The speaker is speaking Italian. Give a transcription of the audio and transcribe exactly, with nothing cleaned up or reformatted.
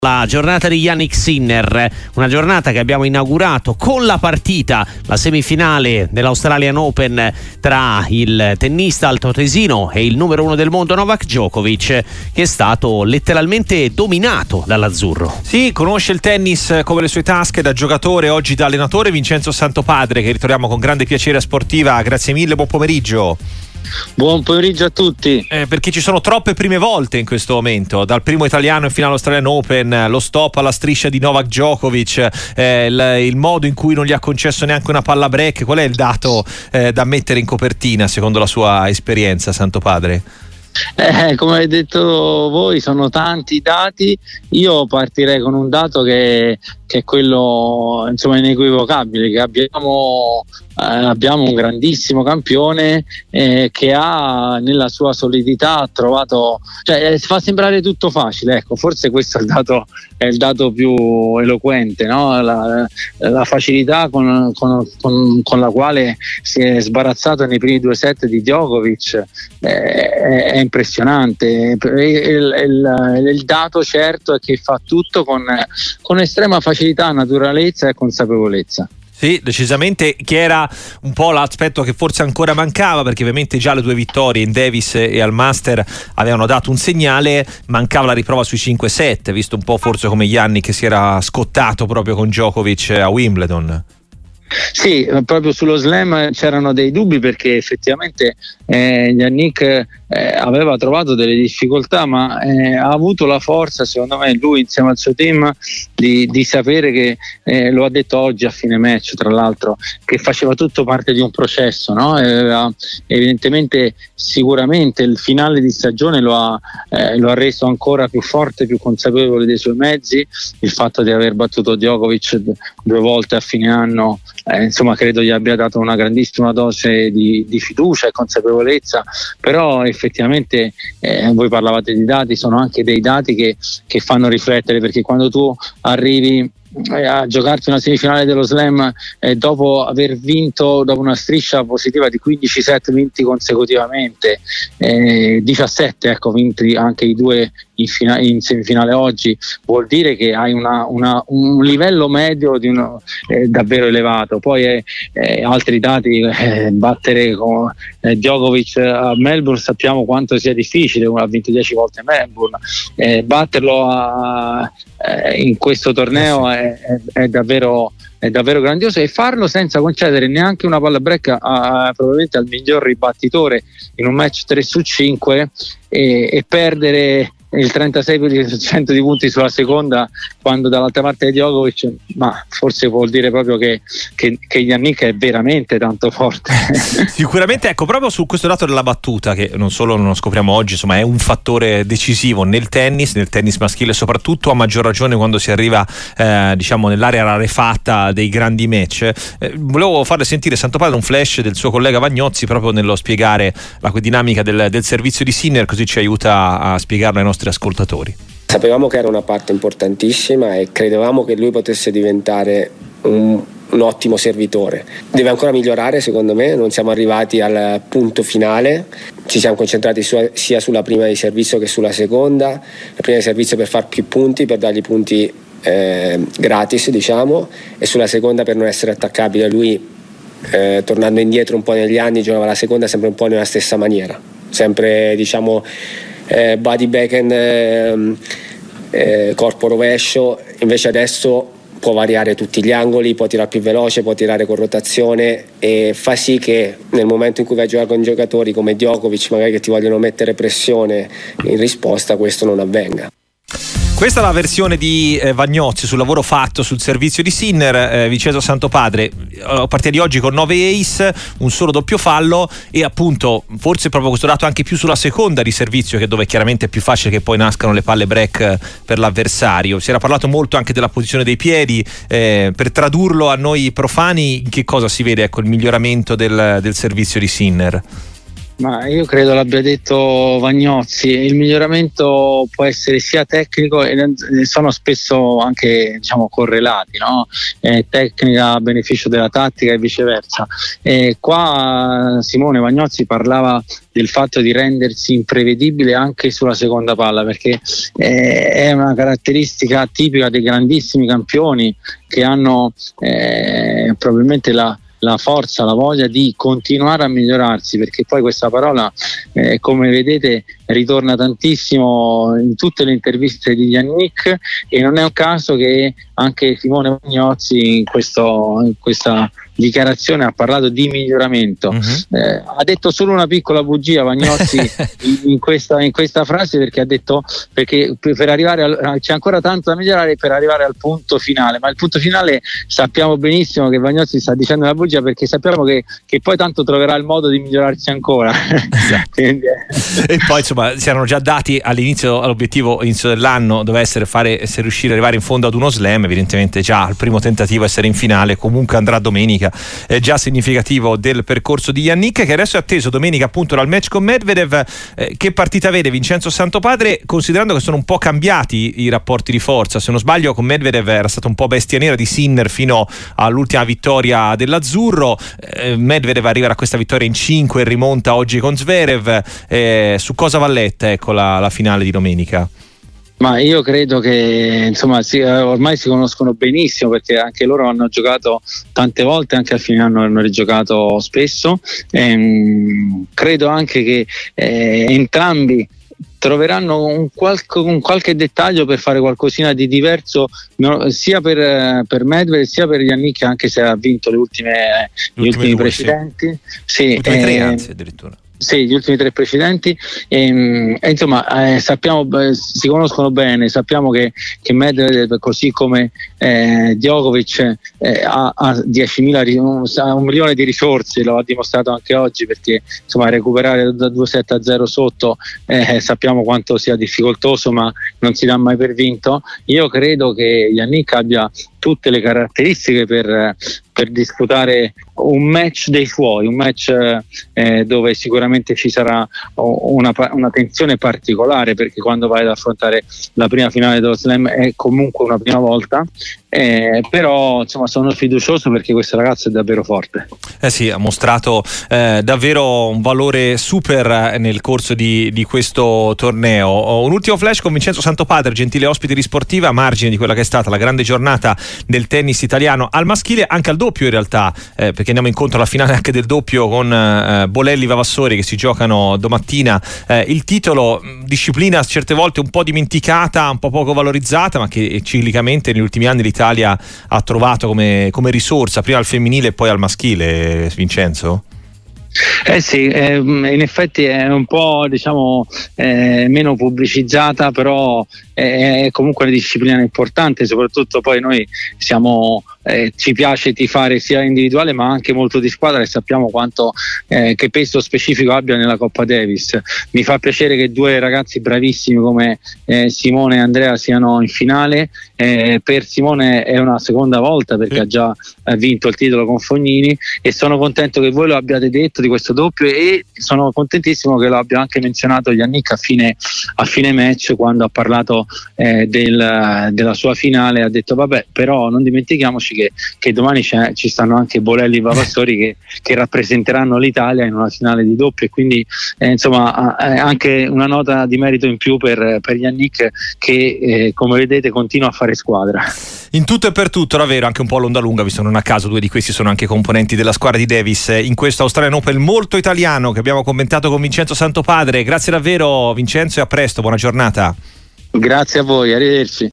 La giornata di Jannik Sinner, una giornata che abbiamo inaugurato con la partita, la semifinale dell'Australian Open tra il tennista altoatesino e il numero uno del mondo Novak Djokovic, che è stato letteralmente dominato dall'azzurro. Sì, conosce il tennis come le sue tasche da giocatore, oggi da allenatore, Vincenzo Santopadre, che ritroviamo con grande piacere a Sportiva. Grazie mille, buon pomeriggio. Buon pomeriggio a tutti. Eh, perché ci sono troppe prime volte in questo momento, dal primo italiano in finale Australian Open, lo stop alla striscia di Novak Djokovic, eh, il, il modo in cui non gli ha concesso neanche una palla break. Qual è il dato eh, da mettere in copertina secondo la sua esperienza, Santopadre? Eh, come avete detto voi, sono tanti dati. Io partirei con un dato che, che è quello, insomma, inequivocabile, che abbiamo eh, abbiamo un grandissimo campione eh, che ha nella sua solidità trovato, cioè eh, fa sembrare tutto facile, ecco, forse questo è il dato, è il dato più eloquente, no? la, la facilità con, con, con, con la quale si è sbarazzato nei primi due set di Djokovic eh, è impressionante. Il, il, il dato certo è che fa tutto con, con estrema facilità, naturalezza e consapevolezza. Sì, decisamente, che era un po' l'aspetto che forse ancora mancava, perché ovviamente già le due vittorie in Davis e al Master avevano dato un segnale, mancava la riprova sui cinque set, visto un po' forse come Jannik si era scottato proprio con Djokovic a Wimbledon. Sì, proprio sullo slam c'erano dei dubbi, perché effettivamente eh, Jannik eh, aveva trovato delle difficoltà, ma eh, ha avuto la forza, secondo me, lui insieme al suo team di, di sapere che, eh, lo ha detto oggi a fine match tra l'altro, che faceva tutto parte di un processo, no? eh, evidentemente sicuramente il finale di stagione lo ha, eh, lo ha reso ancora più forte, più consapevole dei suoi mezzi. Il fatto di aver battuto Djokovic due volte a fine anno Eh, insomma, credo gli abbia dato una grandissima dose di, di fiducia e consapevolezza, però effettivamente eh, voi parlavate di dati, sono anche dei dati che, che fanno riflettere, perché quando tu arrivi a giocarti una semifinale dello slam eh, dopo aver vinto, dopo una striscia positiva di quindici set vinti consecutivamente, eh, diciassette ecco, vinti anche i due in, fina- in semifinale oggi, vuol dire che hai una, una, un livello medio di uno, eh, davvero elevato. Poi eh, eh, altri dati, eh, battere con eh, Djokovic a Melbourne sappiamo quanto sia difficile, uno ha vinto dieci volte a Melbourne, eh, batterlo a, eh, in questo torneo è È, è, davvero, è davvero grandioso, e farlo senza concedere neanche una palla break a, a, probabilmente al miglior ribattitore in un match tre su cinque, e, e perdere il trentasei per cento di punti sulla seconda, quando dall'altra parte di Djokovic, ma forse vuol dire proprio che, che, che Jannik è veramente tanto forte. Sicuramente, ecco, proprio su questo dato della battuta, che non solo non lo scopriamo oggi, insomma è un fattore decisivo nel tennis, nel tennis maschile soprattutto, a maggior ragione quando si arriva eh, diciamo nell'area rarefatta dei grandi match. Eh, volevo farle sentire, Santopadre, un flash del suo collega Vagnozzi proprio nello spiegare la dinamica del, del servizio di Sinner, così ci aiuta a spiegarlo ai nostri ascoltatori. Sapevamo che era una parte importantissima e credevamo che lui potesse diventare un, un ottimo servitore. Deve ancora migliorare, secondo me, non siamo arrivati al punto finale, ci siamo concentrati su, sia sulla prima di servizio che sulla seconda. La prima di servizio per far più punti, per dargli punti eh, gratis, diciamo, e sulla seconda per non essere attaccabile. Lui, eh, tornando indietro un po' negli anni, giocava la seconda sempre un po' nella stessa maniera, sempre, diciamo, Eh, body backhand, eh, eh, corpo rovescio. Invece adesso può variare tutti gli angoli, può tirare più veloce, può tirare con rotazione, e fa sì che nel momento in cui vai a giocare con giocatori come Djokovic, magari che ti vogliono mettere pressione in risposta, questo non avvenga. Questa è la versione di eh, Vagnozzi sul lavoro fatto sul servizio di Sinner. eh, Vincenzo Santopadre, a partire di oggi con nove ace, un solo doppio fallo, e appunto forse proprio questo dato anche più sulla seconda di servizio, che dove chiaramente è più facile che poi nascano le palle break per l'avversario. Si era parlato molto anche della posizione dei piedi, eh, per tradurlo a noi profani, in che cosa si vede, ecco, il miglioramento del, del servizio di Sinner? Ma io credo l'abbia detto Vagnozzi, il miglioramento può essere sia tecnico e sono spesso anche, diciamo, correlati, no? Eh, tecnica a beneficio della tattica e viceversa. E qua Simone Vagnozzi parlava del fatto di rendersi imprevedibile anche sulla seconda palla, perché eh, è una caratteristica tipica dei grandissimi campioni che hanno eh, probabilmente la la forza, la voglia di continuare a migliorarsi, perché poi questa parola eh, come vedete ritorna tantissimo in tutte le interviste di Yannick, e non è un caso che anche Simone Vagnozzi in, questo, in questa dichiarazione ha parlato di miglioramento. Uh-huh. Eh, ha detto solo una piccola bugia Vagnozzi in, questa, in questa frase, perché ha detto perché per arrivare al, c'è ancora tanto da migliorare per arrivare al punto finale, ma il punto finale sappiamo benissimo che Vagnozzi sta dicendo una bugia, perché sappiamo che, che poi tanto troverà il modo di migliorarsi ancora. Esatto. Quindi, eh. E poi insomma si erano già dati all'inizio, all'obiettivo all'inizio dell'anno doveva essere fare, se riuscire ad arrivare in fondo ad uno slam, evidentemente già al primo tentativo essere in finale, comunque andrà domenica, è già significativo del percorso di Yannick, che adesso è atteso domenica appunto dal match con Medvedev. Eh, che partita vede Vincenzo Santopadre, considerando che sono un po' cambiati i rapporti di forza? Se non sbaglio con Medvedev era stata un po' bestia nera di Sinner fino all'ultima vittoria dell'azzurro. eh, Medvedev arriva a questa vittoria in cinque e rimonta oggi con Zverev. Eh, su cosa va letta, ecco, la, la finale di domenica? Ma io credo che insomma si, ormai si conoscono benissimo, perché anche loro hanno giocato tante volte, anche al fine anno hanno rigiocato spesso. Ehm, credo anche che eh, entrambi troveranno un, qualche, un qualche dettaglio per fare qualcosina di diverso, no, sia per, per Medvedev sia per Yannick, anche se ha vinto le ultime, gli ultimi due, precedenti. Sì. Sì, ultime eh, tre anzi addirittura. Sì, gli ultimi tre precedenti, e, e insomma eh, sappiamo, eh, si conoscono bene, sappiamo che, che Medvedev, così come eh, Djokovic, eh, ha, ha diecimila, un, un milione di risorse, lo ha dimostrato anche oggi, perché insomma recuperare da due sette a zero sotto eh, sappiamo quanto sia difficoltoso, ma non si dà mai per vinto. Io credo che Yannick abbia tutte le caratteristiche per, per disputare un match dei suoi, un match eh, dove sicuramente ci sarà una, una tensione particolare, perché quando vai ad affrontare la prima finale dello slam è comunque una prima volta, eh, però insomma sono fiducioso perché questo ragazzo è davvero forte. Eh sì, ha mostrato eh, davvero un valore super nel corso di, di questo torneo. Un ultimo flash con Vincenzo Santopadre, gentile ospite di Sportiva, a margine di quella che è stata la grande giornata del tennis italiano al maschile, anche al doppio in realtà, eh, perché andiamo incontro alla finale anche del doppio con eh, Bolelli Vavassori, che si giocano domattina eh, il titolo. Disciplina certe volte un po' dimenticata, un po' poco valorizzata, ma che ciclicamente negli ultimi anni l'Italia ha trovato come, come risorsa, prima al femminile e poi al maschile. Vincenzo? Eh sì, eh, in effetti è un po', diciamo, eh, meno pubblicizzata, però è comunque una disciplina importante, soprattutto poi noi siamo, eh, ci piace tifare sia individuale ma anche molto di squadra, e sappiamo quanto eh, che peso specifico abbia nella Coppa Davis. Mi fa piacere che due ragazzi bravissimi come eh, Simone e Andrea siano in finale. Eh, per Simone è una seconda volta, perché sì, ha già eh, vinto il titolo con Fognini, e sono contento che voi lo abbiate detto di questo doppio, e sono contentissimo che lo abbia anche menzionato Yannick a fine, a fine match, quando ha parlato eh, del, della sua finale. Ha detto vabbè, però non dimentichiamoci che, che domani ci stanno anche Bolelli e Vavassori che, che rappresenteranno l'Italia in una finale di doppio, e quindi eh, insomma eh, anche una nota di merito in più per, per Yannick, che eh, come vedete continua a fare squadra. In tutto e per tutto, davvero, anche un po' all'onda lunga, visto non a caso due di questi sono anche componenti della squadra di Davis in questo Australian Open molto italiano che abbiamo commentato con Vincenzo Santopadre. Grazie davvero Vincenzo e a presto, buona giornata. Grazie a voi, arrivederci.